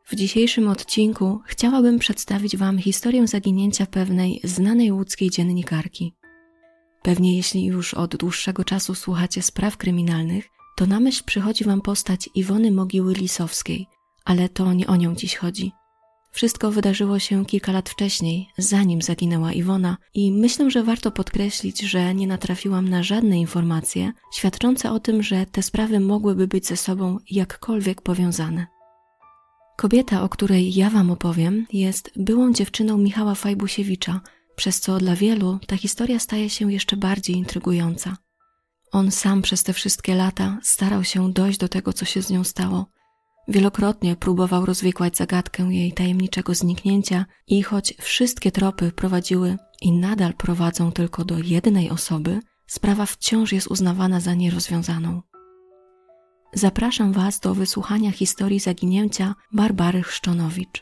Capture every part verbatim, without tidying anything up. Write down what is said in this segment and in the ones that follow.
W dzisiejszym odcinku chciałabym przedstawić Wam historię zaginięcia pewnej znanej łódzkiej dziennikarki. Pewnie jeśli już od dłuższego czasu słuchacie spraw kryminalnych, to na myśl przychodzi Wam postać Iwony Mogiły-Lisowskiej, ale to nie o nią dziś chodzi. Wszystko wydarzyło się kilka lat wcześniej, zanim zaginęła Iwona i myślę, że warto podkreślić, że nie natrafiłam na żadne informacje świadczące o tym, że te sprawy mogłyby być ze sobą jakkolwiek powiązane. Kobieta, o której ja Wam opowiem, jest byłą dziewczyną Michała Fajbusiewicza, przez co dla wielu ta historia staje się jeszcze bardziej intrygująca. On sam przez te wszystkie lata starał się dojść do tego, co się z nią stało. Wielokrotnie próbował rozwikłać zagadkę jej tajemniczego zniknięcia i choć wszystkie tropy prowadziły i nadal prowadzą tylko do jednej osoby, sprawa wciąż jest uznawana za nierozwiązaną. Zapraszam Was do wysłuchania historii zaginięcia Barbary Chrzczonowicz.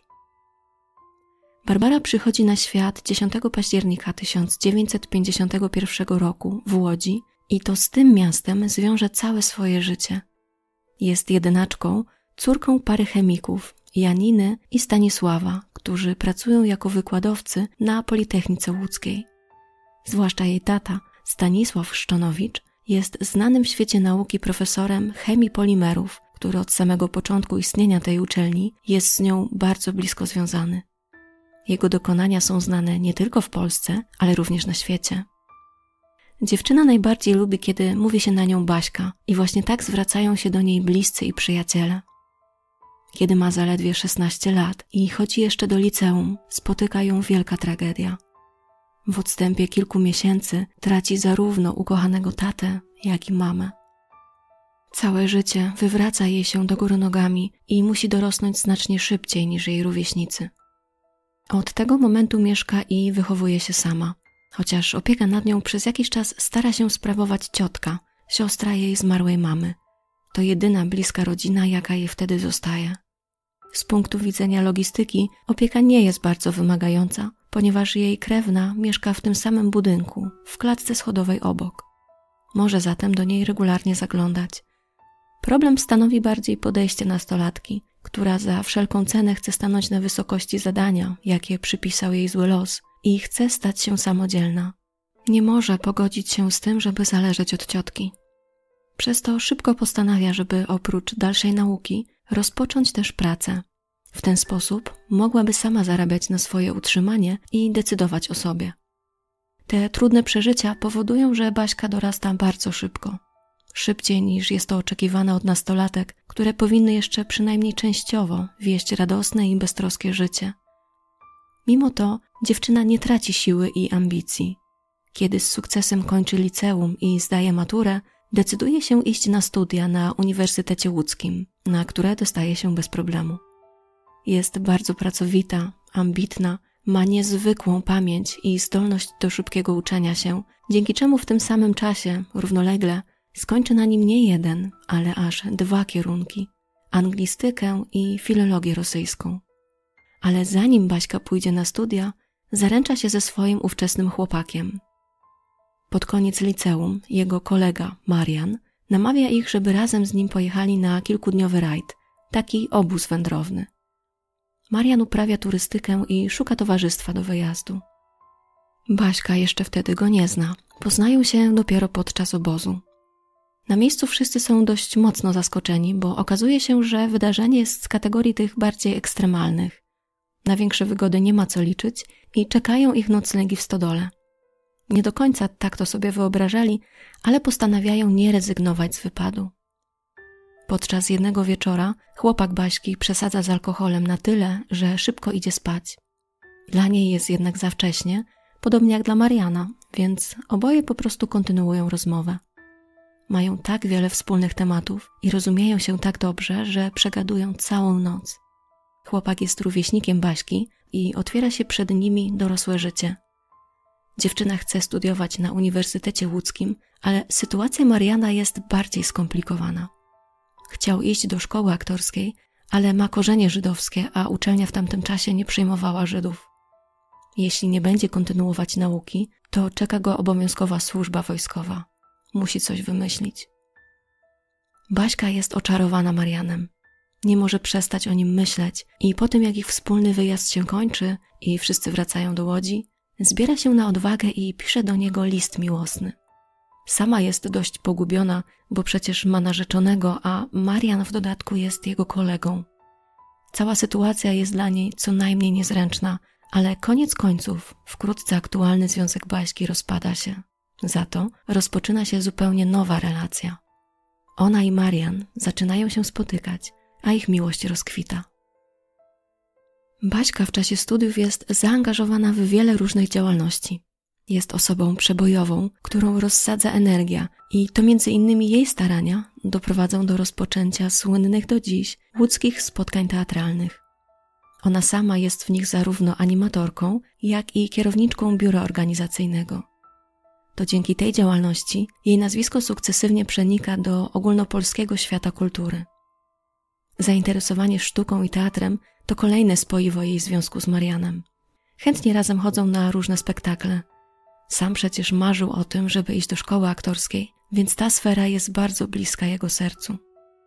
Barbara przychodzi na świat dziesiątego października tysiąc dziewięćset pięćdziesiątego pierwszego roku w Łodzi i to z tym miastem zwiąże całe swoje życie. Jest jedynaczką, córką pary chemików, Janiny i Stanisława, którzy pracują jako wykładowcy na Politechnice Łódzkiej. Zwłaszcza jej tata, Stanisław Chrzczonowicz, jest znanym w świecie nauki profesorem chemii polimerów, który od samego początku istnienia tej uczelni jest z nią bardzo blisko związany. Jego dokonania są znane nie tylko w Polsce, ale również na świecie. Dziewczyna najbardziej lubi, kiedy mówi się na nią Baśka i właśnie tak zwracają się do niej bliscy i przyjaciele. Kiedy ma zaledwie szesnaście lat i chodzi jeszcze do liceum, spotyka ją wielka tragedia. W odstępie kilku miesięcy traci zarówno ukochanego tatę, jak i mamę. Całe życie wywraca jej się do góry nogami i musi dorosnąć znacznie szybciej niż jej rówieśnicy. Od tego momentu mieszka i wychowuje się sama, chociaż opiekę nad nią przez jakiś czas stara się sprawować ciotka, siostra jej zmarłej mamy. To jedyna bliska rodzina, jaka jej wtedy zostaje. Z punktu widzenia logistyki opieka nie jest bardzo wymagająca, ponieważ jej krewna mieszka w tym samym budynku, w klatce schodowej obok. Może zatem do niej regularnie zaglądać. Problem stanowi bardziej podejście nastolatki, która za wszelką cenę chce stanąć na wysokości zadania, jakie przypisał jej zły los i chce stać się samodzielna. Nie może pogodzić się z tym, żeby zależeć od ciotki. Przez to szybko postanawia, żeby oprócz dalszej nauki rozpocząć też pracę. W ten sposób mogłaby sama zarabiać na swoje utrzymanie i decydować o sobie. Te trudne przeżycia powodują, że Baśka dorasta bardzo szybko. Szybciej niż jest to oczekiwane od nastolatek, które powinny jeszcze przynajmniej częściowo wieść radosne i beztroskie życie. Mimo to dziewczyna nie traci siły i ambicji. Kiedy z sukcesem kończy liceum i zdaje maturę, decyduje się iść na studia na Uniwersytecie Łódzkim, na które dostaje się bez problemu. Jest bardzo pracowita, ambitna, ma niezwykłą pamięć i zdolność do szybkiego uczenia się, dzięki czemu w tym samym czasie, równolegle, skończy na nim nie jeden, ale aż dwa kierunki – anglistykę i filologię rosyjską. Ale zanim Baśka pójdzie na studia, zaręcza się ze swoim ówczesnym chłopakiem. Pod koniec liceum jego kolega, Marian, namawia ich, żeby razem z nim pojechali na kilkudniowy rajd, taki obóz wędrowny. Marian uprawia turystykę i szuka towarzystwa do wyjazdu. Baśka jeszcze wtedy go nie zna, poznają się dopiero podczas obozu. Na miejscu wszyscy są dość mocno zaskoczeni, bo okazuje się, że wydarzenie jest z kategorii tych bardziej ekstremalnych. Na większe wygody nie ma co liczyć i czekają ich noclegi w stodole. Nie do końca tak to sobie wyobrażali, ale postanawiają nie rezygnować z wypadu. Podczas jednego wieczora chłopak Baśki przesadza z alkoholem na tyle, że szybko idzie spać. Dla niej jest jednak za wcześnie, podobnie jak dla Mariana, więc oboje po prostu kontynuują rozmowę. Mają tak wiele wspólnych tematów i rozumieją się tak dobrze, że przegadują całą noc. Chłopak jest rówieśnikiem Baśki i otwiera się przed nimi dorosłe życie. Dziewczyna chce studiować na Uniwersytecie Łódzkim, ale sytuacja Mariana jest bardziej skomplikowana. Chciał iść do szkoły aktorskiej, ale ma korzenie żydowskie, a uczelnia w tamtym czasie nie przyjmowała Żydów. Jeśli nie będzie kontynuować nauki, to czeka go obowiązkowa służba wojskowa. Musi coś wymyślić. Baśka jest oczarowana Marianem. Nie może przestać o nim myśleć i po tym, jak ich wspólny wyjazd się kończy i wszyscy wracają do Łodzi, zbiera się na odwagę i pisze do niego list miłosny. Sama jest dość pogubiona, bo przecież ma narzeczonego, a Marian w dodatku jest jego kolegą. Cała sytuacja jest dla niej co najmniej niezręczna, ale koniec końców wkrótce aktualny związek Baśki rozpada się. Za to rozpoczyna się zupełnie nowa relacja. Ona i Marian zaczynają się spotykać, a ich miłość rozkwita. Baśka w czasie studiów jest zaangażowana w wiele różnych działalności. Jest osobą przebojową, którą rozsadza energia i to między innymi jej starania doprowadzą do rozpoczęcia słynnych do dziś łódzkich spotkań teatralnych. Ona sama jest w nich zarówno animatorką, jak i kierowniczką biura organizacyjnego. To dzięki tej działalności jej nazwisko sukcesywnie przenika do ogólnopolskiego świata kultury. Zainteresowanie sztuką i teatrem to kolejne spoiwo jej związku z Marianem. Chętnie razem chodzą na różne spektakle. Sam przecież marzył o tym, żeby iść do szkoły aktorskiej, więc ta sfera jest bardzo bliska jego sercu.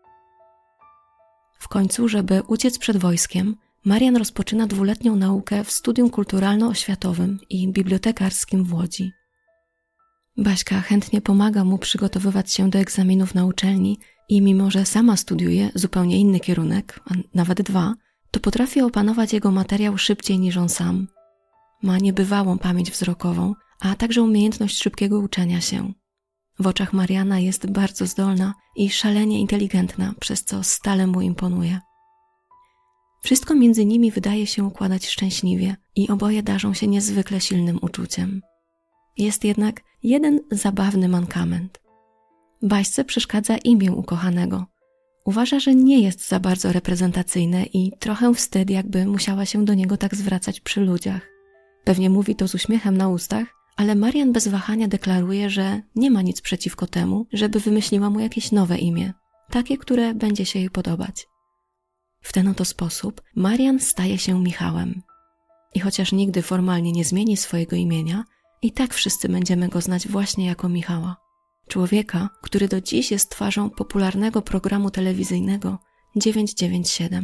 W końcu, żeby uciec przed wojskiem, Marian rozpoczyna dwuletnią naukę w studium kulturalno-oświatowym i bibliotekarskim w Łodzi. Baśka chętnie pomaga mu przygotowywać się do egzaminów na uczelni i mimo, że sama studiuje zupełnie inny kierunek, a nawet dwa, to potrafi opanować jego materiał szybciej niż on sam. Ma niebywałą pamięć wzrokową, a także umiejętność szybkiego uczenia się. W oczach Mariana jest bardzo zdolna i szalenie inteligentna, przez co stale mu imponuje. Wszystko między nimi wydaje się układać szczęśliwie i oboje darzą się niezwykle silnym uczuciem. Jest jednak jeden zabawny mankament. Baśce przeszkadza imię ukochanego. Uważa, że nie jest za bardzo reprezentacyjne i trochę wstyd, jakby musiała się do niego tak zwracać przy ludziach. Pewnie mówi to z uśmiechem na ustach, ale Marian bez wahania deklaruje, że nie ma nic przeciwko temu, żeby wymyśliła mu jakieś nowe imię, takie, które będzie się jej podobać. W ten oto sposób Marian staje się Michałem. I chociaż nigdy formalnie nie zmieni swojego imienia, i tak wszyscy będziemy go znać właśnie jako Michała. Człowieka, który do dziś jest twarzą popularnego programu telewizyjnego dziewięćset dziewięćdziesiąt siedem.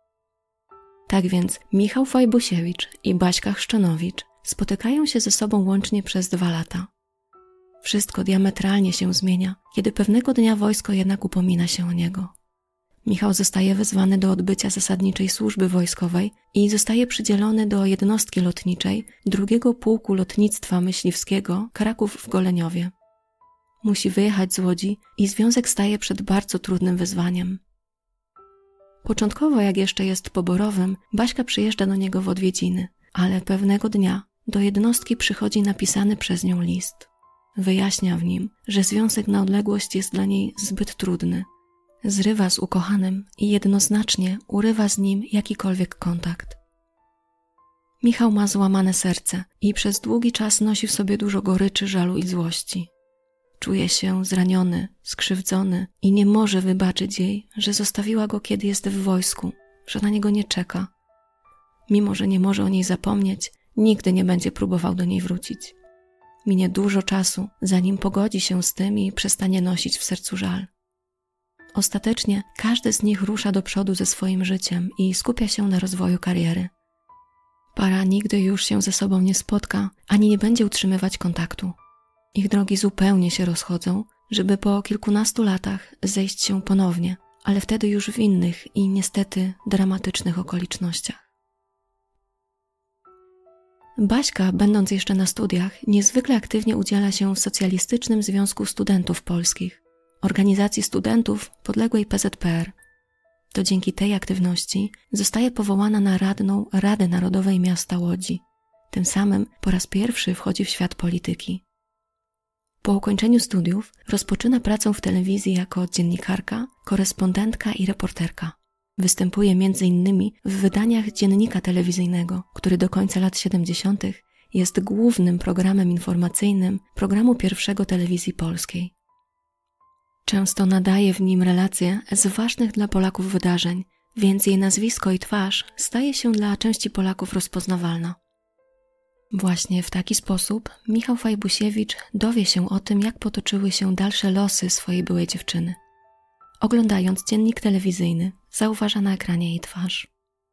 Tak więc Michał Fajbusiewicz i Baśka Chrzczanowicz spotykają się ze sobą łącznie przez dwa lata. Wszystko diametralnie się zmienia, kiedy pewnego dnia wojsko jednak upomina się o niego. Michał zostaje wezwany do odbycia zasadniczej służby wojskowej i zostaje przydzielony do jednostki lotniczej drugiego Pułku Lotnictwa Myśliwskiego Kraków w Goleniowie. Musi wyjechać z Łodzi i związek staje przed bardzo trudnym wyzwaniem. Początkowo, jak jeszcze jest poborowym, Baśka przyjeżdża do niego w odwiedziny, ale pewnego dnia do jednostki przychodzi napisany przez nią list. Wyjaśnia w nim, że związek na odległość jest dla niej zbyt trudny. Zrywa z ukochanym i jednoznacznie urywa z nim jakikolwiek kontakt. Michał ma złamane serce i przez długi czas nosi w sobie dużo goryczy, żalu i złości. Czuje się zraniony, skrzywdzony i nie może wybaczyć jej, że zostawiła go, kiedy jest w wojsku, że na niego nie czeka. Mimo że nie może o niej zapomnieć, nigdy nie będzie próbował do niej wrócić. Minie dużo czasu, zanim pogodzi się z tym i przestanie nosić w sercu żal. Ostatecznie każdy z nich rusza do przodu ze swoim życiem i skupia się na rozwoju kariery. Para nigdy już się ze sobą nie spotka, ani nie będzie utrzymywać kontaktu. Ich drogi zupełnie się rozchodzą, żeby po kilkunastu latach zejść się ponownie, ale wtedy już w innych i niestety dramatycznych okolicznościach. Baśka, będąc jeszcze na studiach, niezwykle aktywnie udziela się w Socjalistycznym Związku Studentów Polskich, organizacji studentów podległej P Z P R. To dzięki tej aktywności zostaje powołana na radną Rady Narodowej Miasta Łodzi. Tym samym po raz pierwszy wchodzi w świat polityki. Po ukończeniu studiów rozpoczyna pracę w telewizji jako dziennikarka, korespondentka i reporterka. Występuje między innymi w wydaniach Dziennika Telewizyjnego, który do końca lat siedemdziesiątych jest głównym programem informacyjnym programu pierwszego Telewizji Polskiej. Często nadaje w nim relacje z ważnych dla Polaków wydarzeń, więc jej nazwisko i twarz staje się dla części Polaków rozpoznawalna. Właśnie w taki sposób Michał Fajbusiewicz dowie się o tym, jak potoczyły się dalsze losy swojej byłej dziewczyny. Oglądając dziennik telewizyjny, zauważa na ekranie jej twarz.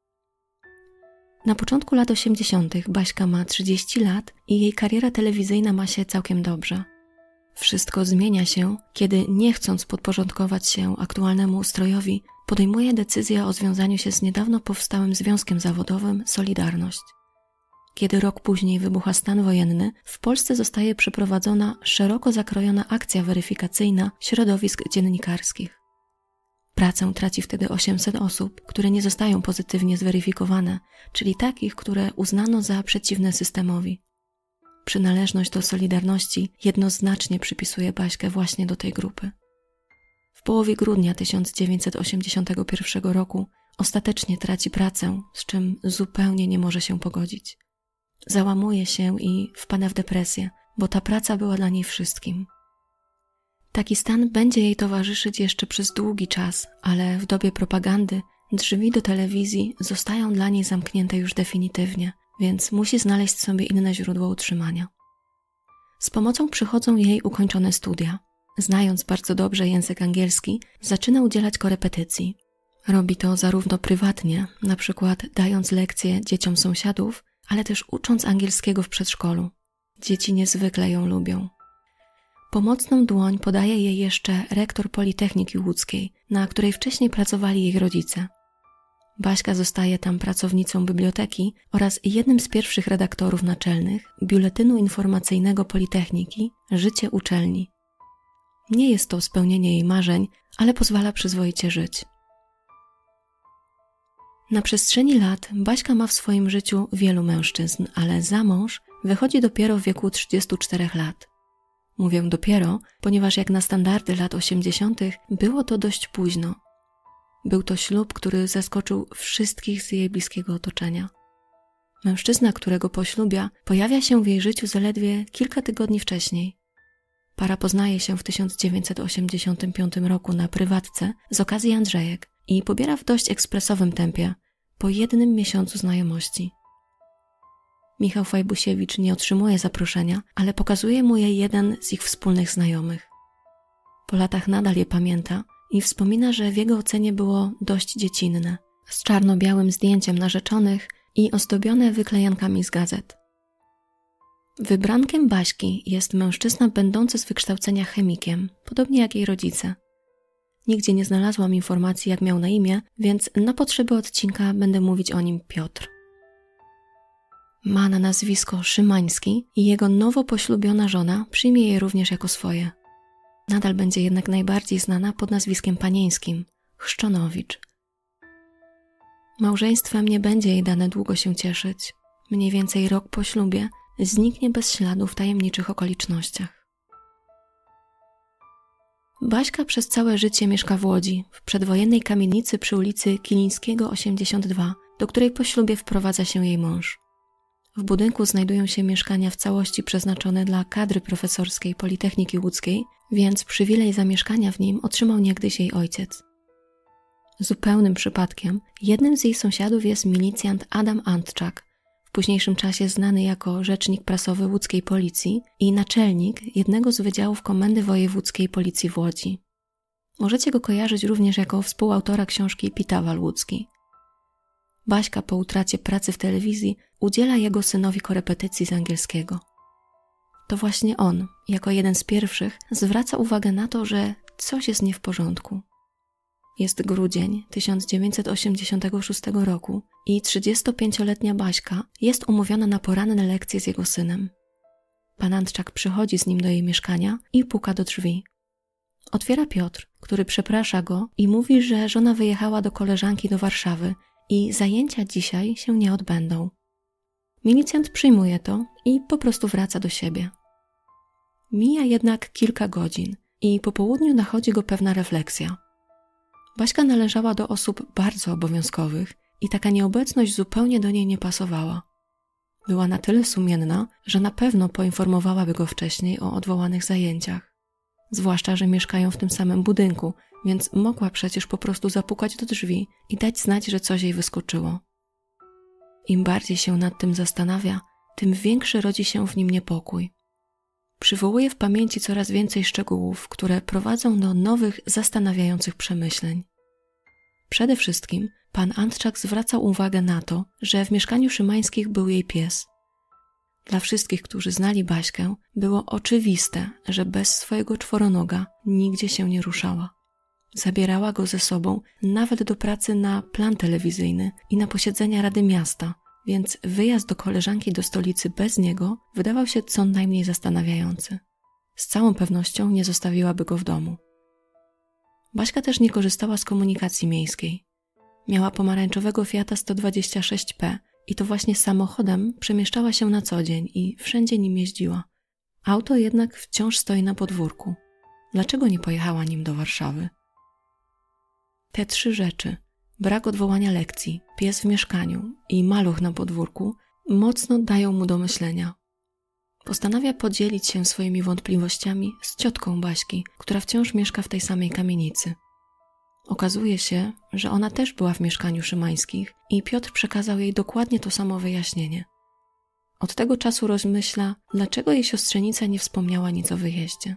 Na początku lat osiemdziesiątych Baśka ma trzydzieści lat i jej kariera telewizyjna ma się całkiem dobrze. Wszystko zmienia się, kiedy nie chcąc podporządkować się aktualnemu ustrojowi, podejmuje decyzję o związaniu się z niedawno powstałym związkiem zawodowym Solidarność. Kiedy rok później wybucha stan wojenny, w Polsce zostaje przeprowadzona szeroko zakrojona akcja weryfikacyjna środowisk dziennikarskich. Pracę traci wtedy osiemset osób, które nie zostają pozytywnie zweryfikowane, czyli takich, które uznano za przeciwne systemowi. Przynależność do Solidarności jednoznacznie przypisuje Baśkę właśnie do tej grupy. W połowie grudnia tysiąc dziewięćset osiemdziesiątego pierwszego roku ostatecznie traci pracę, z czym zupełnie nie może się pogodzić. Załamuje się i wpada w depresję, bo ta praca była dla niej wszystkim. Taki stan będzie jej towarzyszyć jeszcze przez długi czas, ale w dobie propagandy drzwi do telewizji zostają dla niej zamknięte już definitywnie, więc musi znaleźć sobie inne źródło utrzymania. Z pomocą przychodzą jej ukończone studia. Znając bardzo dobrze język angielski, zaczyna udzielać korepetycji. Robi to zarówno prywatnie, na przykład dając lekcje dzieciom sąsiadów, ale też ucząc angielskiego w przedszkolu. Dzieci niezwykle ją lubią. Pomocną dłoń podaje jej jeszcze rektor Politechniki Łódzkiej, na której wcześniej pracowali jej rodzice. Baśka zostaje tam pracownicą biblioteki oraz jednym z pierwszych redaktorów naczelnych Biuletynu Informacyjnego Politechniki Życie uczelni. Nie jest to spełnienie jej marzeń, ale pozwala przyzwoicie żyć. Na przestrzeni lat Baśka ma w swoim życiu wielu mężczyzn, ale za mąż wychodzi dopiero w wieku trzydziestu czterech lat. Mówię dopiero, ponieważ jak na standardy lat osiemdziesiątych było to dość późno. Był to ślub, który zaskoczył wszystkich z jej bliskiego otoczenia. Mężczyzna, którego poślubia, pojawia się w jej życiu zaledwie kilka tygodni wcześniej. Para poznaje się w tysiąc dziewięćset osiemdziesiątym piątym roku na prywatce z okazji Andrzejek i pobiera w dość ekspresowym tempie, po jednym miesiącu znajomości. Michał Fajbusiewicz nie otrzymuje zaproszenia, ale pokazuje mu je jeden z ich wspólnych znajomych. Po latach nadal je pamięta i wspomina, że w jego ocenie było dość dziecinne, z czarno-białym zdjęciem narzeczonych i ozdobione wyklejankami z gazet. Wybrankiem Baśki jest mężczyzna będący z wykształcenia chemikiem, podobnie jak jej rodzice. Nigdzie nie znalazłam informacji, jak miał na imię, więc na potrzeby odcinka będę mówić o nim Piotr. Ma na nazwisko Szymański i jego nowo poślubiona żona przyjmie je również jako swoje. Nadal będzie jednak najbardziej znana pod nazwiskiem panieńskim – Chrzczonowicz. Małżeństwem nie będzie jej dane długo się cieszyć. Mniej więcej rok po ślubie zniknie bez śladu w tajemniczych okolicznościach. Baśka przez całe życie mieszka w Łodzi, w przedwojennej kamienicy przy ulicy Kilińskiego osiemdziesiąt dwa, do której po ślubie wprowadza się jej mąż. W budynku znajdują się mieszkania w całości przeznaczone dla kadry profesorskiej Politechniki Łódzkiej, więc przywilej zamieszkania w nim otrzymał niegdyś jej ojciec. Zupełnym przypadkiem jednym z jej sąsiadów jest milicjant Adam Antczak, w późniejszym czasie znany jako rzecznik prasowy łódzkiej policji i naczelnik jednego z wydziałów Komendy Wojewódzkiej Policji w Łodzi. Możecie go kojarzyć również jako współautora książki Pitawal Łódzki. Baśka po utracie pracy w telewizji udziela jego synowi korepetycji z angielskiego. To właśnie on, jako jeden z pierwszych, zwraca uwagę na to, że coś jest nie w porządku. Jest grudzień tysiąc dziewięćset osiemdziesiątego szóstego roku i trzydziestopięcioletnia Baśka jest umówiona na poranne lekcje z jego synem. Pan Antczak przychodzi z nim do jej mieszkania i puka do drzwi. Otwiera Piotr, który przeprasza go i mówi, że żona wyjechała do koleżanki do Warszawy i zajęcia dzisiaj się nie odbędą. Milicjant przyjmuje to i po prostu wraca do siebie. Mija jednak kilka godzin i po południu nachodzi go pewna refleksja. Baśka należała do osób bardzo obowiązkowych i taka nieobecność zupełnie do niej nie pasowała. Była na tyle sumienna, że na pewno poinformowałaby go wcześniej o odwołanych zajęciach. Zwłaszcza, że mieszkają w tym samym budynku, więc mogła przecież po prostu zapukać do drzwi i dać znać, że coś jej wyskoczyło. Im bardziej się nad tym zastanawia, tym większy rodzi się w nim niepokój. Przywołuje w pamięci coraz więcej szczegółów, które prowadzą do nowych, zastanawiających przemyśleń. Przede wszystkim pan Antczak zwracał uwagę na to, że w mieszkaniu Szymańskich był jej pies. Dla wszystkich, którzy znali Baśkę, było oczywiste, że bez swojego czworonoga nigdzie się nie ruszała. Zabierała go ze sobą nawet do pracy na plan telewizyjny i na posiedzenia Rady Miasta, więc wyjazd do koleżanki do stolicy bez niego wydawał się co najmniej zastanawiający. Z całą pewnością nie zostawiłaby go w domu. Baśka też nie korzystała z komunikacji miejskiej. Miała pomarańczowego Fiata sto dwadzieścia sześć P i to właśnie samochodem przemieszczała się na co dzień i wszędzie nim jeździła. Auto jednak wciąż stoi na podwórku. Dlaczego nie pojechała nim do Warszawy? Te trzy rzeczy, brak odwołania lekcji, pies w mieszkaniu i maluch na podwórku, mocno dają mu do myślenia. Postanawia podzielić się swoimi wątpliwościami z ciotką Baśki, która wciąż mieszka w tej samej kamienicy. Okazuje się, że ona też była w mieszkaniu Szymańskich i Piotr przekazał jej dokładnie to samo wyjaśnienie. Od tego czasu rozmyśla, dlaczego jej siostrzenica nie wspomniała nic o wyjeździe.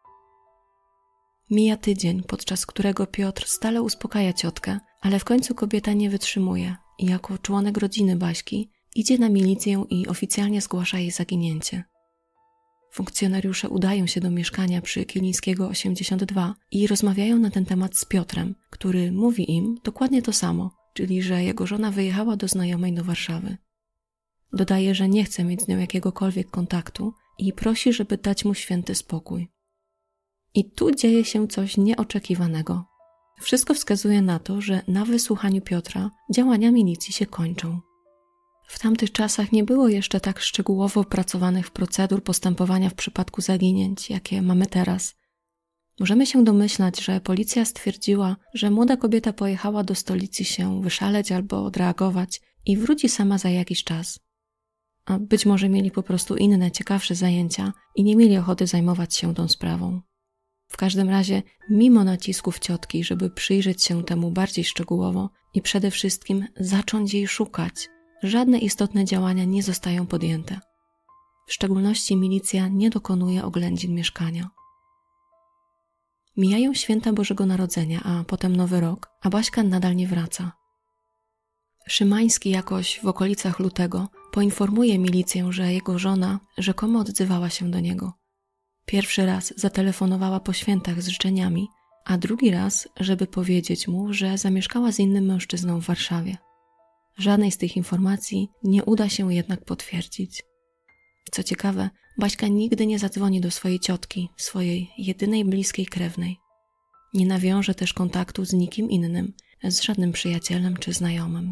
Mija tydzień, podczas którego Piotr stale uspokaja ciotkę, ale w końcu kobieta nie wytrzymuje i jako członek rodziny Baśki idzie na milicję i oficjalnie zgłasza jej zaginięcie. Funkcjonariusze udają się do mieszkania przy Kilińskiego osiemdziesiąt dwa i rozmawiają na ten temat z Piotrem, który mówi im dokładnie to samo, czyli że jego żona wyjechała do znajomej do Warszawy. Dodaje, że nie chce mieć z nią jakiegokolwiek kontaktu i prosi, żeby dać mu święty spokój. I tu dzieje się coś nieoczekiwanego. Wszystko wskazuje na to, że na wysłuchaniu Piotra działania milicji się kończą. W tamtych czasach nie było jeszcze tak szczegółowo opracowanych procedur postępowania w przypadku zaginięć, jakie mamy teraz. Możemy się domyślać, że policja stwierdziła, że młoda kobieta pojechała do stolicy się wyszaleć albo odreagować i wróci sama za jakiś czas. A być może mieli po prostu inne, ciekawsze zajęcia i nie mieli ochoty zajmować się tą sprawą. W każdym razie, mimo nacisków ciotki, żeby przyjrzeć się temu bardziej szczegółowo i przede wszystkim zacząć jej szukać, żadne istotne działania nie zostają podjęte. W szczególności milicja nie dokonuje oględzin mieszkania. Mijają święta Bożego Narodzenia, a potem Nowy Rok, a Baśka nadal nie wraca. Szymański jakoś w okolicach lutego poinformuje milicję, że jego żona rzekomo odzywała się do niego. Pierwszy raz zatelefonowała po świętach z życzeniami, a drugi raz, żeby powiedzieć mu, że zamieszkała z innym mężczyzną w Warszawie. Żadnej z tych informacji nie uda się jednak potwierdzić. Co ciekawe, Baśka nigdy nie zadzwoni do swojej ciotki, swojej jedynej bliskiej krewnej. Nie nawiąże też kontaktu z nikim innym, z żadnym przyjacielem czy znajomym.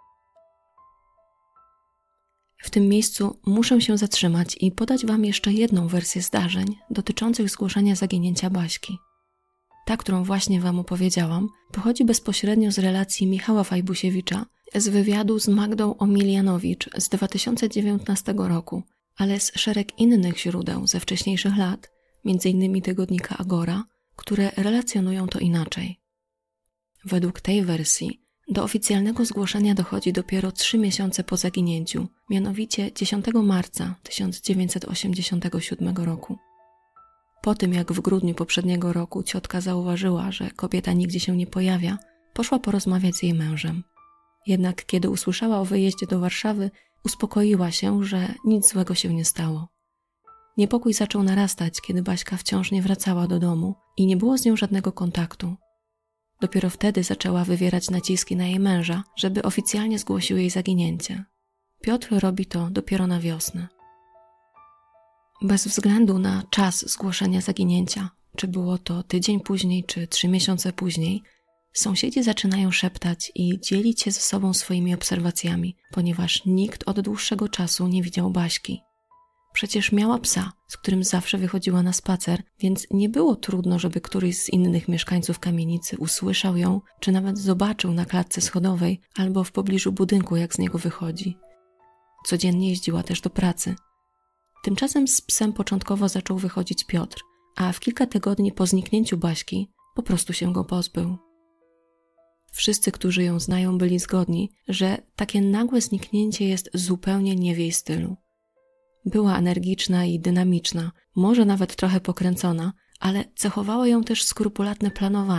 W tym miejscu muszę się zatrzymać i podać Wam jeszcze jedną wersję zdarzeń dotyczących zgłoszenia zaginięcia Baśki. Ta, którą właśnie Wam opowiedziałam, pochodzi bezpośrednio z relacji Michała Fajbusiewicza z wywiadu z Magdą Omilianowicz z dwa tysiące dziewiętnastego roku, ale z szereg innych źródeł ze wcześniejszych lat, między innymi tygodnika Agora, które relacjonują to inaczej. Według tej wersji do oficjalnego zgłoszenia dochodzi dopiero trzy miesiące po zaginięciu, mianowicie dziesiątego marca tysiąc dziewięćset osiemdziesiątego siódmego roku. Po tym, jak w grudniu poprzedniego roku ciotka zauważyła, że kobieta nigdzie się nie pojawia, poszła porozmawiać z jej mężem. Jednak kiedy usłyszała o wyjeździe do Warszawy, uspokoiła się, że nic złego się nie stało. Niepokój zaczął narastać, kiedy Baśka wciąż nie wracała do domu i nie było z nią żadnego kontaktu. Dopiero wtedy zaczęła wywierać naciski na jej męża, żeby oficjalnie zgłosił jej zaginięcie. Piotr robi to dopiero na wiosnę. Bez względu na czas zgłoszenia zaginięcia, czy było to tydzień później, czy trzy miesiące później, sąsiedzi zaczynają szeptać i dzielić się ze sobą swoimi obserwacjami, ponieważ nikt od dłuższego czasu nie widział Baśki. Przecież miała psa, z którym zawsze wychodziła na spacer, więc nie było trudno, żeby któryś z innych mieszkańców kamienicy usłyszał ją, czy nawet zobaczył na klatce schodowej albo w pobliżu budynku, jak z niego wychodzi. Codziennie jeździła też do pracy. Tymczasem z psem początkowo zaczął wychodzić Piotr, a w kilka tygodni po zniknięciu Baśki po prostu się go pozbył. Wszyscy, którzy ją znają, byli zgodni, że takie nagłe zniknięcie jest zupełnie nie w jej stylu. Była energiczna i dynamiczna, może nawet trochę pokręcona, ale cechowało ją też skrupulatne planowanie,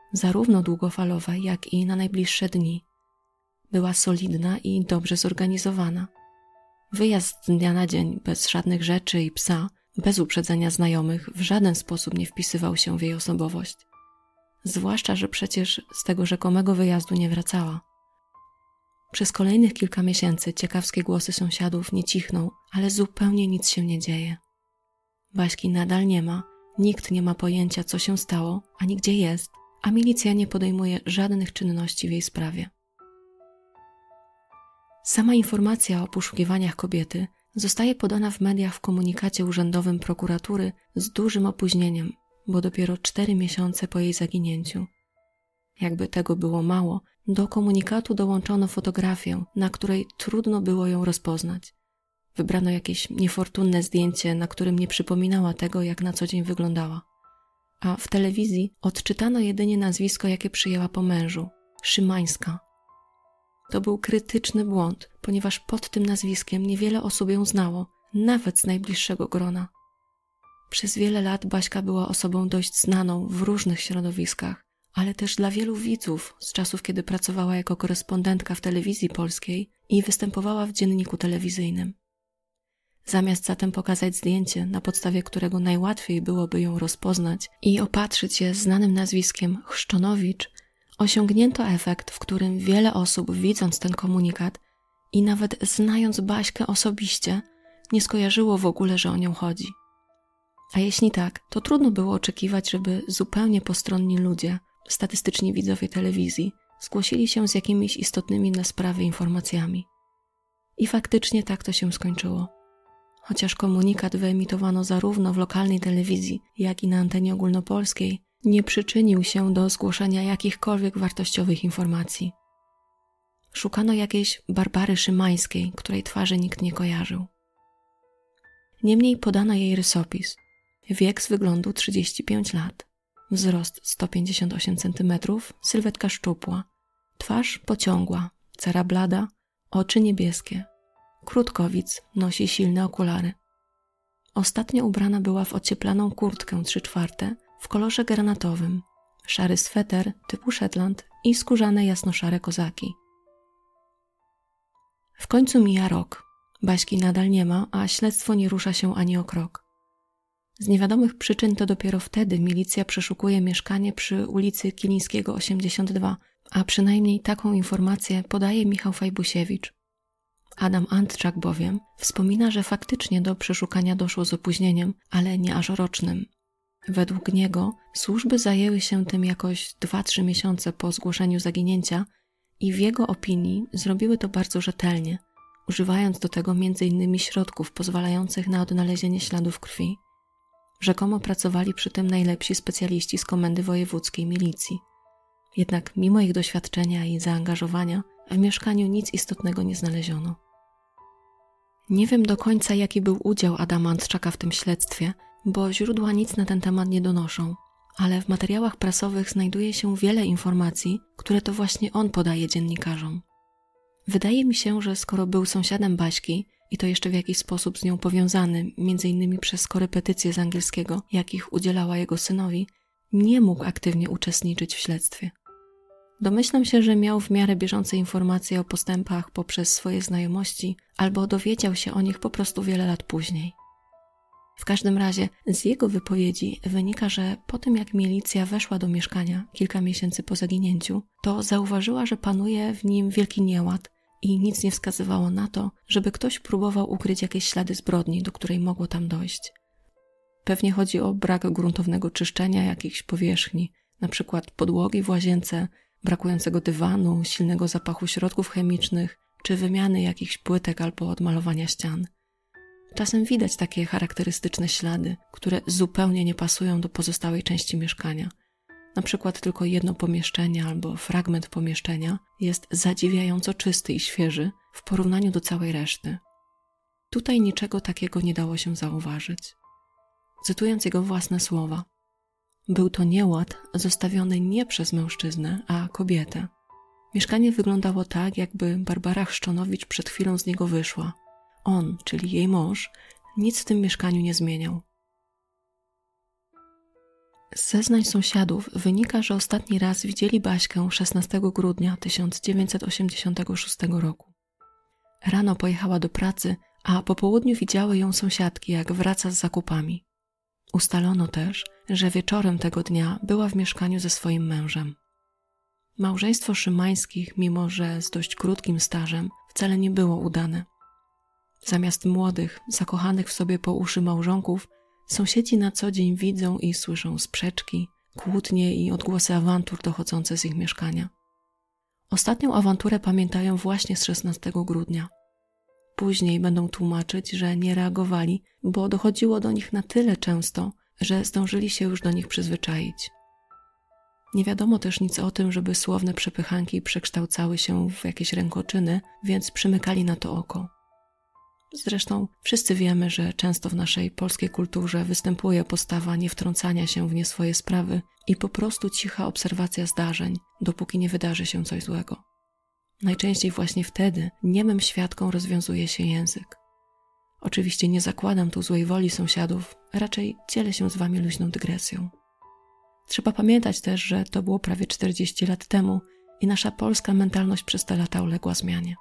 zarówno długofalowej, jak i na najbliższe dni. Była solidna i dobrze zorganizowana. Wyjazd z dnia na dzień, bez żadnych rzeczy i psa, bez uprzedzenia znajomych, w żaden sposób nie wpisywał się w jej osobowość. Zwłaszcza, że przecież z tego rzekomego wyjazdu nie wracała. Przez kolejnych kilka miesięcy ciekawskie głosy sąsiadów nie cichną, ale zupełnie nic się nie dzieje. Baśki nadal nie ma, nikt nie ma pojęcia, co się stało, ani gdzie jest, a milicja nie podejmuje żadnych czynności w jej sprawie. Sama informacja o poszukiwaniach kobiety zostaje podana w mediach w komunikacie urzędowym prokuratury z dużym opóźnieniem, bo dopiero cztery miesiące po jej zaginięciu. Jakby tego było mało, do komunikatu dołączono fotografię, na której trudno było ją rozpoznać. Wybrano jakieś niefortunne zdjęcie, na którym nie przypominała tego, jak na co dzień wyglądała. A w telewizji odczytano jedynie nazwisko, jakie przyjęła po mężu – Szymańska. To był krytyczny błąd, ponieważ pod tym nazwiskiem niewiele osób ją znało, nawet z najbliższego grona. Przez wiele lat Baśka była osobą dość znaną w różnych środowiskach, ale też dla wielu widzów z czasów, kiedy pracowała jako korespondentka w telewizji polskiej i występowała w dzienniku telewizyjnym. Zamiast zatem pokazać zdjęcie, na podstawie którego najłatwiej byłoby ją rozpoznać i opatrzyć je znanym nazwiskiem Chrzczonowicz, osiągnięto efekt, w którym wiele osób, widząc ten komunikat i nawet znając Baśkę osobiście, nie skojarzyło w ogóle, że o nią chodzi. A jeśli tak, to trudno było oczekiwać, żeby zupełnie postronni ludzie, statystyczni widzowie telewizji, zgłosili się z jakimiś istotnymi dla sprawy informacjami. I faktycznie tak to się skończyło. Chociaż komunikat wyemitowano zarówno w lokalnej telewizji, jak i na antenie ogólnopolskiej, nie przyczynił się do zgłoszenia jakichkolwiek wartościowych informacji. Szukano jakiejś Barbary Szymańskiej, której twarzy nikt nie kojarzył. Niemniej podano jej rysopis. Wiek z wyglądu trzydzieści pięć lat. Wzrost sto pięćdziesiąt osiem centymetrów, sylwetka szczupła. Twarz pociągła, cera blada, oczy niebieskie. Krótkowic, nosi silne okulary. Ostatnio ubrana była w ocieplaną kurtkę trzy czwarte w kolorze granatowym, szary sweter typu Shetland i skórzane jasnoszare kozaki. W końcu mija rok. Baśki nadal nie ma, a śledztwo nie rusza się ani o krok. Z niewiadomych przyczyn to dopiero wtedy milicja przeszukuje mieszkanie przy ulicy Kilińskiego osiemdziesiąt dwa, a przynajmniej taką informację podaje Michał Fajbusiewicz. Adam Antczak bowiem wspomina, że faktycznie do przeszukania doszło z opóźnieniem, ale nie aż rocznym. Według niego służby zajęły się tym jakoś dwa trzy miesiące po zgłoszeniu zaginięcia i w jego opinii zrobiły to bardzo rzetelnie, używając do tego między innymi środków pozwalających na odnalezienie śladów krwi. Rzekomo pracowali przy tym najlepsi specjaliści z Komendy Wojewódzkiej Milicji. Jednak mimo ich doświadczenia i zaangażowania w mieszkaniu nic istotnego nie znaleziono. Nie wiem do końca, jaki był udział Adama Antczaka w tym śledztwie, bo źródła nic na ten temat nie donoszą, ale w materiałach prasowych znajduje się wiele informacji, które to właśnie on podaje dziennikarzom. Wydaje mi się, że skoro był sąsiadem Baśki i to jeszcze w jakiś sposób z nią powiązany, między innymi przez korepetycje z angielskiego, jakich udzielała jego synowi, nie mógł aktywnie uczestniczyć w śledztwie. Domyślam się, że miał w miarę bieżące informacje o postępach poprzez swoje znajomości, albo dowiedział się o nich po prostu wiele lat później. W każdym razie z jego wypowiedzi wynika, że po tym jak milicja weszła do mieszkania kilka miesięcy po zaginięciu, to zauważyła, że panuje w nim wielki nieład i nic nie wskazywało na to, żeby ktoś próbował ukryć jakieś ślady zbrodni, do której mogło tam dojść. Pewnie chodzi o brak gruntownego czyszczenia jakichś powierzchni, na przykład podłogi w łazience, brakującego dywanu, silnego zapachu środków chemicznych, czy wymiany jakichś płytek albo odmalowania ścian. Czasem widać takie charakterystyczne ślady, które zupełnie nie pasują do pozostałej części mieszkania. Na przykład tylko jedno pomieszczenie albo fragment pomieszczenia jest zadziwiająco czysty i świeży w porównaniu do całej reszty. Tutaj niczego takiego nie dało się zauważyć. Cytując jego własne słowa, był to nieład zostawiony nie przez mężczyznę, a kobietę. Mieszkanie wyglądało tak, jakby Barbara Chrzczonowicz przed chwilą z niego wyszła. On, czyli jej mąż, nic w tym mieszkaniu nie zmieniał. Z zeznań sąsiadów wynika, że ostatni raz widzieli Baśkę szesnastego grudnia tysiąc dziewięćset osiemdziesiątego szóstego roku. Rano pojechała do pracy, a po południu widziały ją sąsiadki, jak wraca z zakupami. Ustalono też, że wieczorem tego dnia była w mieszkaniu ze swoim mężem. Małżeństwo Szymańskich, mimo że z dość krótkim stażem, wcale nie było udane. Zamiast młodych, zakochanych w sobie po uszy małżonków, sąsiedzi na co dzień widzą i słyszą sprzeczki, kłótnie i odgłosy awantur dochodzące z ich mieszkania. Ostatnią awanturę pamiętają właśnie z szesnastego grudnia. Później będą tłumaczyć, że nie reagowali, bo dochodziło do nich na tyle często, że zdążyli się już do nich przyzwyczaić. Nie wiadomo też nic o tym, żeby słowne przepychanki przekształcały się w jakieś rękoczyny, więc przymykali na to oko. Zresztą wszyscy wiemy, że często w naszej polskiej kulturze występuje postawa niewtrącania się w nie swoje sprawy i po prostu cicha obserwacja zdarzeń, dopóki nie wydarzy się coś złego. Najczęściej właśnie wtedy niemym świadkom rozwiązuje się język. Oczywiście nie zakładam tu złej woli sąsiadów, raczej dzielę się z wami luźną dygresją. Trzeba pamiętać też, że to było prawie czterdzieści lat temu i nasza polska mentalność przez te lata uległa zmianie.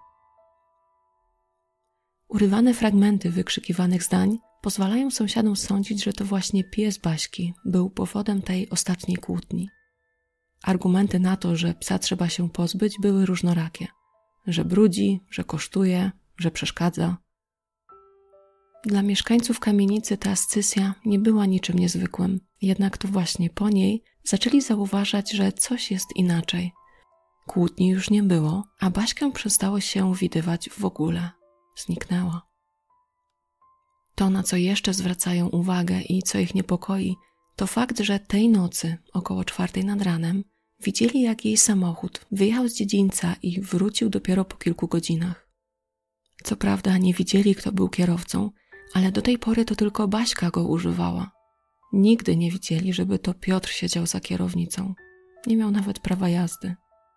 Urywane fragmenty wykrzykiwanych zdań pozwalają sąsiadom sądzić, że to właśnie pies Baśki był powodem tej ostatniej kłótni. Argumenty na to, że psa trzeba się pozbyć, były różnorakie. Że brudzi, że kosztuje, że przeszkadza. Dla mieszkańców kamienicy ta scysja nie była niczym niezwykłym, jednak to właśnie po niej zaczęli zauważać, że coś jest inaczej. Kłótni już nie było, a Baśkę przestało się widywać w ogóle. Zniknęła. To, na co jeszcze zwracają uwagę i co ich niepokoi, to fakt, że tej nocy, około czwartej nad ranem, widzieli, jak jej samochód wyjechał z dziedzińca i wrócił dopiero po kilku godzinach. Co prawda nie widzieli, kto był kierowcą, ale do tej pory to tylko Baśka go używała. Nigdy nie widzieli, żeby to Piotr siedział za kierownicą. Nie miał nawet prawa jazdy.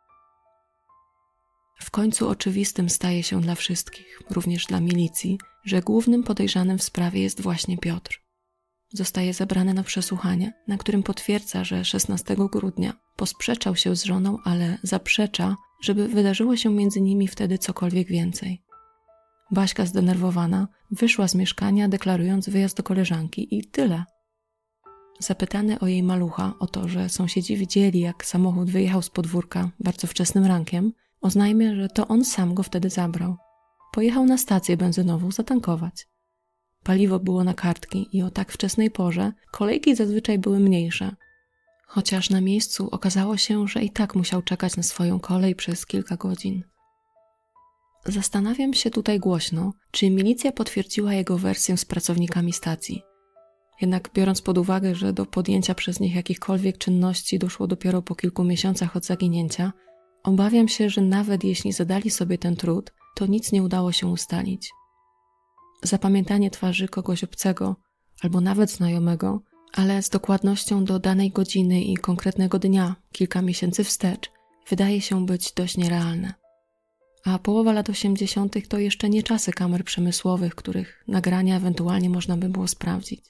W końcu oczywistym staje się dla wszystkich, również dla milicji, że głównym podejrzanym w sprawie jest właśnie Piotr. Zostaje zabrany na przesłuchanie, na którym potwierdza, że szesnastego grudnia posprzeczał się z żoną, ale zaprzecza, żeby wydarzyło się między nimi wtedy cokolwiek więcej. Baśka zdenerwowana wyszła z mieszkania, deklarując wyjazd do koleżanki i tyle. Zapytany o jej malucha, o to, że sąsiedzi widzieli, jak samochód wyjechał z podwórka bardzo wczesnym rankiem, oznajmia, że to on sam go wtedy zabrał. Pojechał na stację benzynową zatankować. Paliwo było na kartki i o tak wczesnej porze kolejki zazwyczaj były mniejsze. Chociaż na miejscu okazało się, że i tak musiał czekać na swoją kolej przez kilka godzin. Zastanawiam się tutaj głośno, czy milicja potwierdziła jego wersję z pracownikami stacji. Jednak biorąc pod uwagę, że do podjęcia przez nich jakichkolwiek czynności doszło dopiero po kilku miesiącach od zaginięcia, obawiam się, że nawet jeśli zadali sobie ten trud, to nic nie udało się ustalić. Zapamiętanie twarzy kogoś obcego, albo nawet znajomego, ale z dokładnością do danej godziny i konkretnego dnia, kilka miesięcy wstecz, wydaje się być dość nierealne. A połowa lat osiemdziesiątych to jeszcze nie czasy kamer przemysłowych, których nagrania ewentualnie można by było sprawdzić.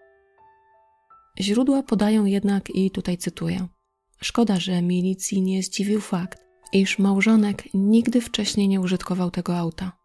Źródła podają jednak, i tutaj cytuję: szkoda, że milicji nie zdziwił fakt, iż małżonek nigdy wcześniej nie użytkował tego auta.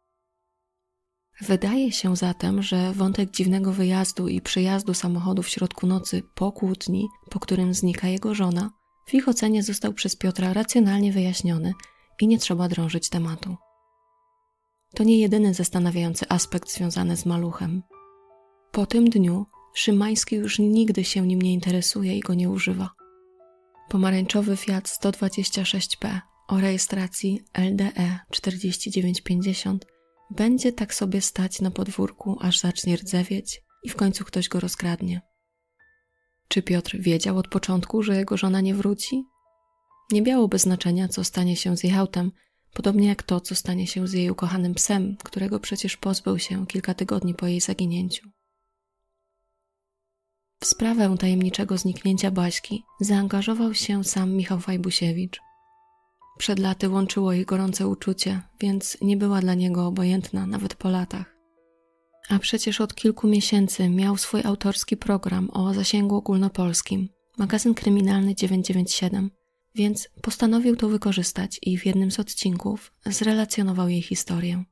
Wydaje się zatem, że wątek dziwnego wyjazdu i przyjazdu samochodu w środku nocy po kłótni, po którym znika jego żona, w ich ocenie został przez Piotra racjonalnie wyjaśniony i nie trzeba drążyć tematu. To nie jedyny zastanawiający aspekt związany z maluchem. Po tym dniu Szymański już nigdy się nim nie interesuje i go nie używa. Pomarańczowy Fiat sto dwadzieścia sześć P o rejestracji L D E czterdzieści dziewięć pięćdziesiąt będzie tak sobie stać na podwórku, aż zacznie rdzewieć i w końcu ktoś go rozkradnie. Czy Piotr wiedział od początku, że jego żona nie wróci? Nie miałoby znaczenia, co stanie się z jej autem, podobnie jak to, co stanie się z jej ukochanym psem, którego przecież pozbył się kilka tygodni po jej zaginięciu. W sprawę tajemniczego zniknięcia Baśki zaangażował się sam Michał Fajbusiewicz. Przed laty łączyło ich gorące uczucie, więc nie była dla niego obojętna nawet po latach. A przecież od kilku miesięcy miał swój autorski program o zasięgu ogólnopolskim, magazyn kryminalny dziewięćset dziewięćdziesiąt siedem, więc postanowił to wykorzystać i w jednym z odcinków zrelacjonował jej historię.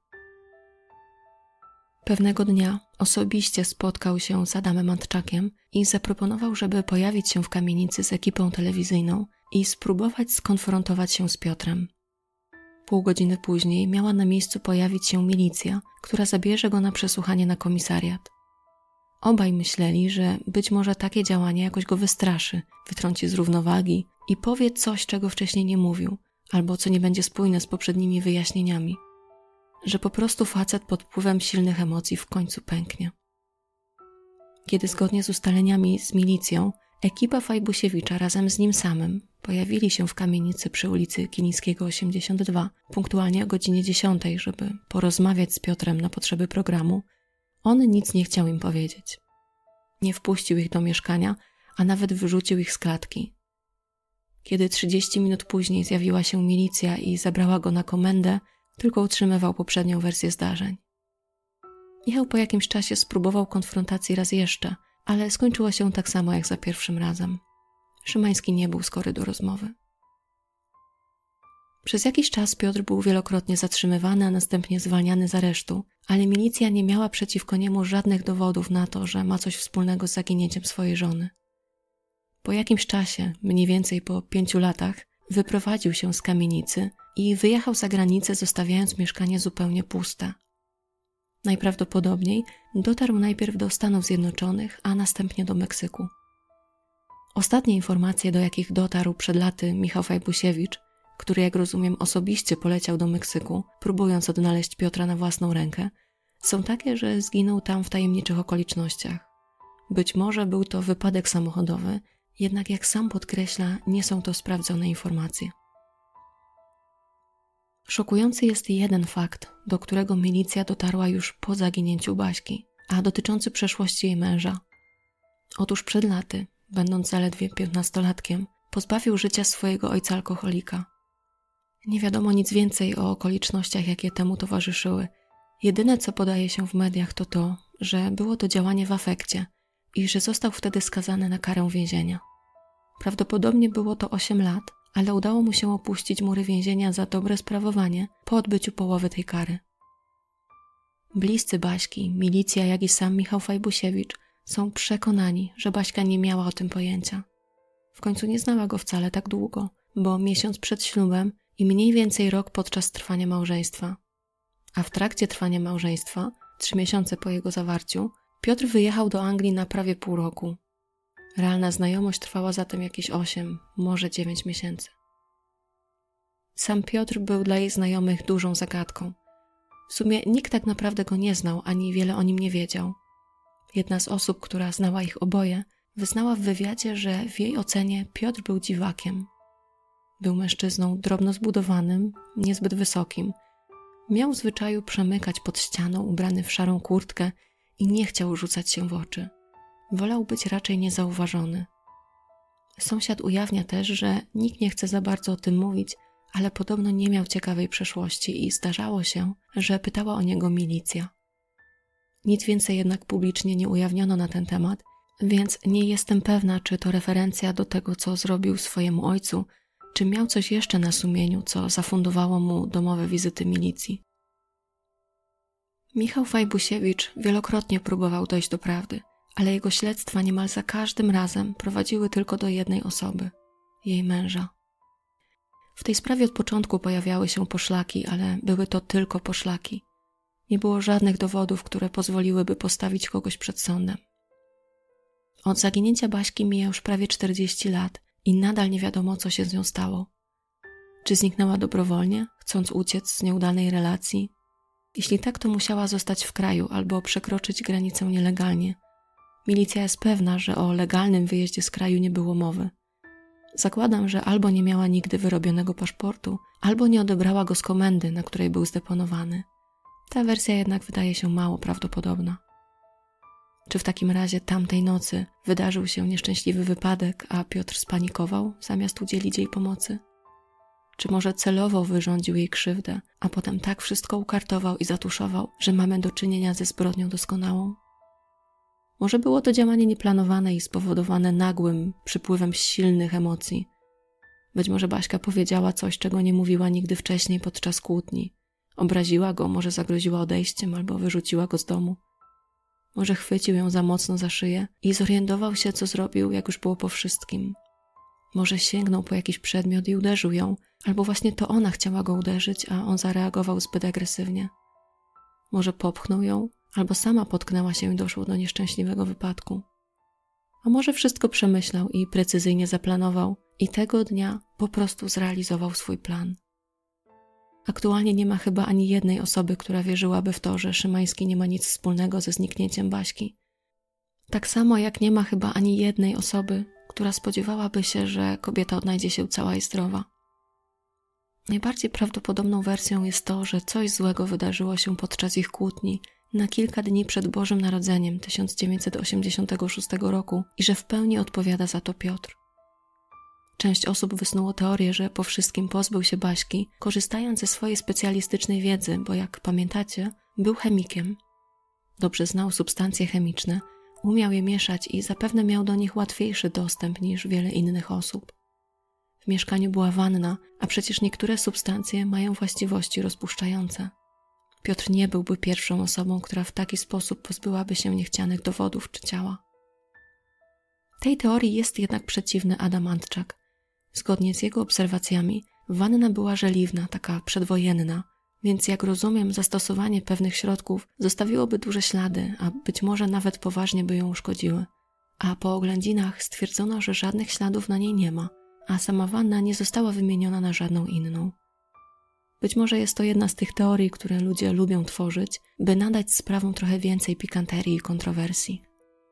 Pewnego dnia osobiście spotkał się z Adamem Antczakiem i zaproponował, żeby pojawić się w kamienicy z ekipą telewizyjną i spróbować skonfrontować się z Piotrem. Pół godziny później miała na miejscu pojawić się milicja, która zabierze go na przesłuchanie na komisariat. Obaj myśleli, że być może takie działanie jakoś go wystraszy, wytrąci z równowagi i powie coś, czego wcześniej nie mówił, albo co nie będzie spójne z poprzednimi wyjaśnieniami. Że po prostu facet pod wpływem silnych emocji w końcu pęknie. Kiedy zgodnie z ustaleniami z milicją, ekipa Fajbusiewicza razem z nim samym pojawili się w kamienicy przy ulicy Kilińskiego osiemdziesiąt dwa punktualnie o godzinie dziesiątej, żeby porozmawiać z Piotrem na potrzeby programu, on nic nie chciał im powiedzieć. Nie wpuścił ich do mieszkania, a nawet wyrzucił ich z klatki. Kiedy trzydzieści minut później zjawiła się milicja i zabrała go na komendę, tylko utrzymywał poprzednią wersję zdarzeń. Michał po jakimś czasie spróbował konfrontacji raz jeszcze, ale skończyło się tak samo jak za pierwszym razem. Szymański nie był skory do rozmowy. Przez jakiś czas Piotr był wielokrotnie zatrzymywany, a następnie zwalniany z aresztu, ale milicja nie miała przeciwko niemu żadnych dowodów na to, że ma coś wspólnego z zaginięciem swojej żony. Po jakimś czasie, mniej więcej po pięciu latach, wyprowadził się z kamienicy i wyjechał za granicę, zostawiając mieszkanie zupełnie puste. Najprawdopodobniej dotarł najpierw do Stanów Zjednoczonych, a następnie do Meksyku. Ostatnie informacje, do jakich dotarł przed laty Michał Fajbusiewicz, który, jak rozumiem, osobiście poleciał do Meksyku, próbując odnaleźć Piotra na własną rękę, są takie, że zginął tam w tajemniczych okolicznościach. Być może był to wypadek samochodowy, jednak jak sam podkreśla, nie są to sprawdzone informacje. Szokujący jest jeden fakt, do którego milicja dotarła już po zaginięciu Baśki, a dotyczący przeszłości jej męża. Otóż przed laty, będąc zaledwie piętnastolatkiem, pozbawił życia swojego ojca alkoholika. Nie wiadomo nic więcej o okolicznościach, jakie temu towarzyszyły. Jedyne, co podaje się w mediach, to to, że było to działanie w afekcie i że został wtedy skazany na karę więzienia. Prawdopodobnie było to osiem lat, ale udało mu się opuścić mury więzienia za dobre sprawowanie po odbyciu połowy tej kary. Bliscy Baśki, milicja, jak i sam Michał Fajbusiewicz są przekonani, że Baśka nie miała o tym pojęcia. W końcu nie znała go wcale tak długo, bo miesiąc przed ślubem i mniej więcej rok podczas trwania małżeństwa. A w trakcie trwania małżeństwa, trzy miesiące po jego zawarciu, Piotr wyjechał do Anglii na prawie pół roku. Realna znajomość trwała zatem jakieś osiem, może dziewięć miesięcy. Sam Piotr był dla jej znajomych dużą zagadką. W sumie nikt tak naprawdę go nie znał, ani wiele o nim nie wiedział. Jedna z osób, która znała ich oboje, wyznała w wywiadzie, że w jej ocenie Piotr był dziwakiem. Był mężczyzną drobno zbudowanym, niezbyt wysokim. Miał w zwyczaju przemykać pod ścianą ubrany w szarą kurtkę i nie chciał rzucać się w oczy. Wolał być raczej niezauważony. Sąsiad ujawnia też, że nikt nie chce za bardzo o tym mówić, ale podobno nie miał ciekawej przeszłości i zdarzało się, że pytała o niego milicja. Nic więcej jednak publicznie nie ujawniono na ten temat, więc nie jestem pewna, czy to referencja do tego, co zrobił swojemu ojcu, czy miał coś jeszcze na sumieniu, co zafundowało mu domowe wizyty milicji. Michał Fajbusiewicz wielokrotnie próbował dojść do prawdy, ale jego śledztwa niemal za każdym razem prowadziły tylko do jednej osoby – jej męża. W tej sprawie od początku pojawiały się poszlaki, ale były to tylko poszlaki. Nie było żadnych dowodów, które pozwoliłyby postawić kogoś przed sądem. Od zaginięcia Baśki mija już prawie czterdzieści lat i nadal nie wiadomo, co się z nią stało. Czy zniknęła dobrowolnie, chcąc uciec z nieudanej relacji? Jeśli tak, to musiała zostać w kraju albo przekroczyć granicę nielegalnie. Milicja jest pewna, że o legalnym wyjeździe z kraju nie było mowy. Zakładam, że albo nie miała nigdy wyrobionego paszportu, albo nie odebrała go z komendy, na której był zdeponowany. Ta wersja jednak wydaje się mało prawdopodobna. Czy w takim razie tamtej nocy wydarzył się nieszczęśliwy wypadek, a Piotr spanikował, zamiast udzielić jej pomocy? Czy może celowo wyrządził jej krzywdę, a potem tak wszystko ukartował i zatuszował, że mamy do czynienia ze zbrodnią doskonałą? Może było to działanie nieplanowane i spowodowane nagłym przypływem silnych emocji. Być może Baśka powiedziała coś, czego nie mówiła nigdy wcześniej podczas kłótni. Obraziła go, może zagroziła odejściem albo wyrzuciła go z domu. Może chwycił ją za mocno za szyję i zorientował się, co zrobił, jak już było po wszystkim. Może sięgnął po jakiś przedmiot i uderzył ją, albo właśnie to ona chciała go uderzyć, a on zareagował zbyt agresywnie. Może popchnął ją, albo sama potknęła się i doszło do nieszczęśliwego wypadku. A może wszystko przemyślał i precyzyjnie zaplanował i tego dnia po prostu zrealizował swój plan. Aktualnie nie ma chyba ani jednej osoby, która wierzyłaby w to, że Szymański nie ma nic wspólnego ze zniknięciem Baśki. Tak samo jak nie ma chyba ani jednej osoby, która spodziewałaby się, że kobieta odnajdzie się cała i zdrowa. Najbardziej prawdopodobną wersją jest to, że coś złego wydarzyło się podczas ich kłótni na kilka dni przed Bożym Narodzeniem tysiąc dziewięćset osiemdziesiątego szóstego roku i że w pełni odpowiada za to Piotr. Część osób wysnuło teorię, że po wszystkim pozbył się Baśki, korzystając ze swojej specjalistycznej wiedzy, bo jak pamiętacie, był chemikiem. Dobrze znał substancje chemiczne, umiał je mieszać i zapewne miał do nich łatwiejszy dostęp niż wiele innych osób. W mieszkaniu była wanna, a przecież niektóre substancje mają właściwości rozpuszczające. Piotr nie byłby pierwszą osobą, która w taki sposób pozbyłaby się niechcianych dowodów czy ciała. Tej teorii jest jednak przeciwny Adam Antczak. Zgodnie z jego obserwacjami, wanna była żeliwna, taka przedwojenna, więc jak rozumiem, zastosowanie pewnych środków zostawiłoby duże ślady, a być może nawet poważnie by ją uszkodziły. A po oględzinach stwierdzono, że żadnych śladów na niej nie ma, a sama wanna nie została wymieniona na żadną inną. Być może jest to jedna z tych teorii, które ludzie lubią tworzyć, by nadać sprawom trochę więcej pikanterii i kontrowersji.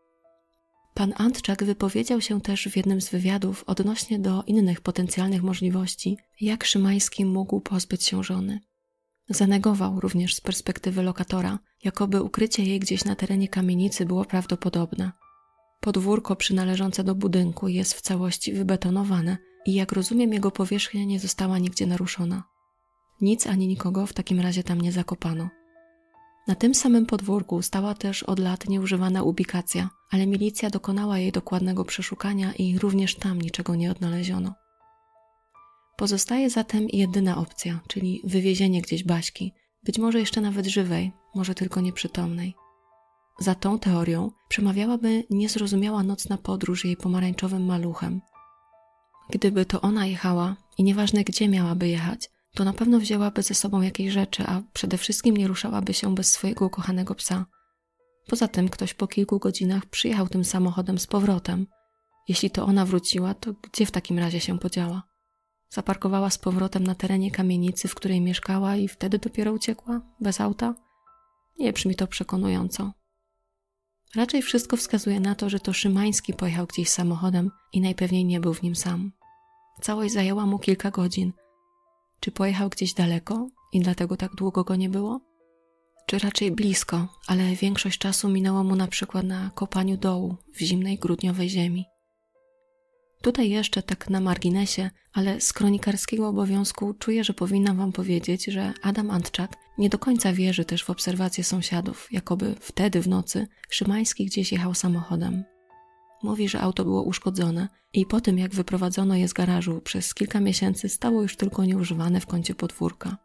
Pan Antczak wypowiedział się też w jednym z wywiadów odnośnie do innych potencjalnych możliwości, jak Szymański mógł pozbyć się żony. Zanegował również z perspektywy lokatora, jakoby ukrycie jej gdzieś na terenie kamienicy było prawdopodobne. Podwórko przynależące do budynku jest w całości wybetonowane i jak rozumiem, jego powierzchnia nie została nigdzie naruszona. Nic ani nikogo w takim razie tam nie zakopano. Na tym samym podwórku stała też od lat nieużywana ubikacja, ale milicja dokonała jej dokładnego przeszukania i również tam niczego nie odnaleziono. Pozostaje zatem jedyna opcja, czyli wywiezienie gdzieś Baśki, być może jeszcze nawet żywej, może tylko nieprzytomnej. Za tą teorią przemawiałaby niezrozumiała nocna podróż jej pomarańczowym maluchem. Gdyby to ona jechała i nieważne gdzie miałaby jechać, to na pewno wzięłaby ze sobą jakieś rzeczy, a przede wszystkim nie ruszałaby się bez swojego ukochanego psa. Poza tym ktoś po kilku godzinach przyjechał tym samochodem z powrotem. Jeśli to ona wróciła, to gdzie w takim razie się podziała? Zaparkowała z powrotem na terenie kamienicy, w której mieszkała i wtedy dopiero uciekła? Bez auta? Nie brzmi to przekonująco. Raczej wszystko wskazuje na to, że to Szymański pojechał gdzieś samochodem i najpewniej nie był w nim sam. Całość zajęła mu kilka godzin. Czy pojechał gdzieś daleko i dlatego tak długo go nie było? Czy raczej blisko, ale większość czasu minęło mu na przykład na kopaniu dołu w zimnej grudniowej ziemi. Tutaj jeszcze tak na marginesie, ale z kronikarskiego obowiązku czuję, że powinnam wam powiedzieć, że Adam Antczak nie do końca wierzy też w obserwacje sąsiadów, jakoby wtedy w nocy Szymański gdzieś jechał samochodem. Mówi, że auto było uszkodzone i po tym jak wyprowadzono je z garażu przez kilka miesięcy stało już tylko nieużywane w kącie podwórka.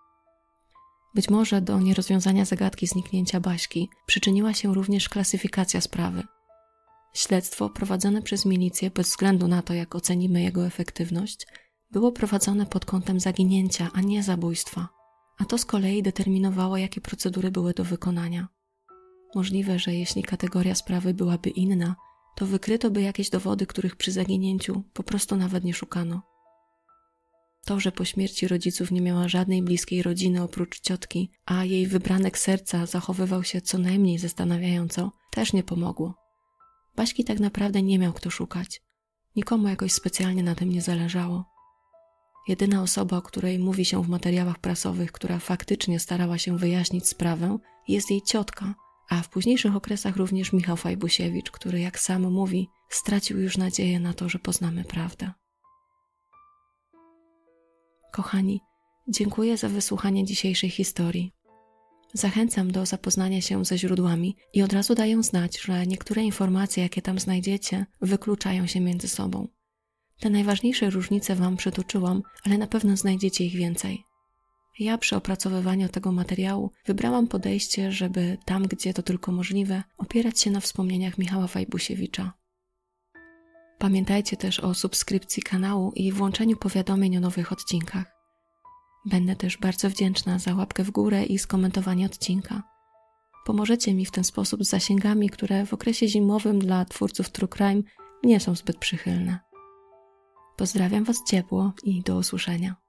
Być może do nierozwiązania zagadki zniknięcia Baśki przyczyniła się również klasyfikacja sprawy. Śledztwo prowadzone przez milicję, bez względu na to, jak ocenimy jego efektywność, było prowadzone pod kątem zaginięcia, a nie zabójstwa, a to z kolei determinowało, jakie procedury były do wykonania. Możliwe, że jeśli kategoria sprawy byłaby inna, to wykryto by jakieś dowody, których przy zaginięciu po prostu nawet nie szukano. To, że po śmierci rodziców nie miała żadnej bliskiej rodziny oprócz ciotki, a jej wybranek serca zachowywał się co najmniej zastanawiająco, też nie pomogło. Baśki tak naprawdę nie miał kto szukać. Nikomu jakoś specjalnie na tym nie zależało. Jedyna osoba, o której mówi się w materiałach prasowych, która faktycznie starała się wyjaśnić sprawę, jest jej ciotka, a w późniejszych okresach również Michał Fajbusiewicz, który, jak sam mówi, stracił już nadzieję na to, że poznamy prawdę. Kochani, dziękuję za wysłuchanie dzisiejszej historii. Zachęcam do zapoznania się ze źródłami i od razu daję znać, że niektóre informacje, jakie tam znajdziecie, wykluczają się między sobą. Te najważniejsze różnice Wam przytoczyłam, ale na pewno znajdziecie ich więcej. Ja przy opracowywaniu tego materiału wybrałam podejście, żeby tam, gdzie to tylko możliwe, opierać się na wspomnieniach Michała Fajbusiewicza. Pamiętajcie też o subskrypcji kanału i włączeniu powiadomień o nowych odcinkach. Będę też bardzo wdzięczna za łapkę w górę i skomentowanie odcinka. Pomożecie mi w ten sposób z zasięgami, które w okresie zimowym dla twórców True Crime nie są zbyt przychylne. Pozdrawiam Was ciepło i do usłyszenia.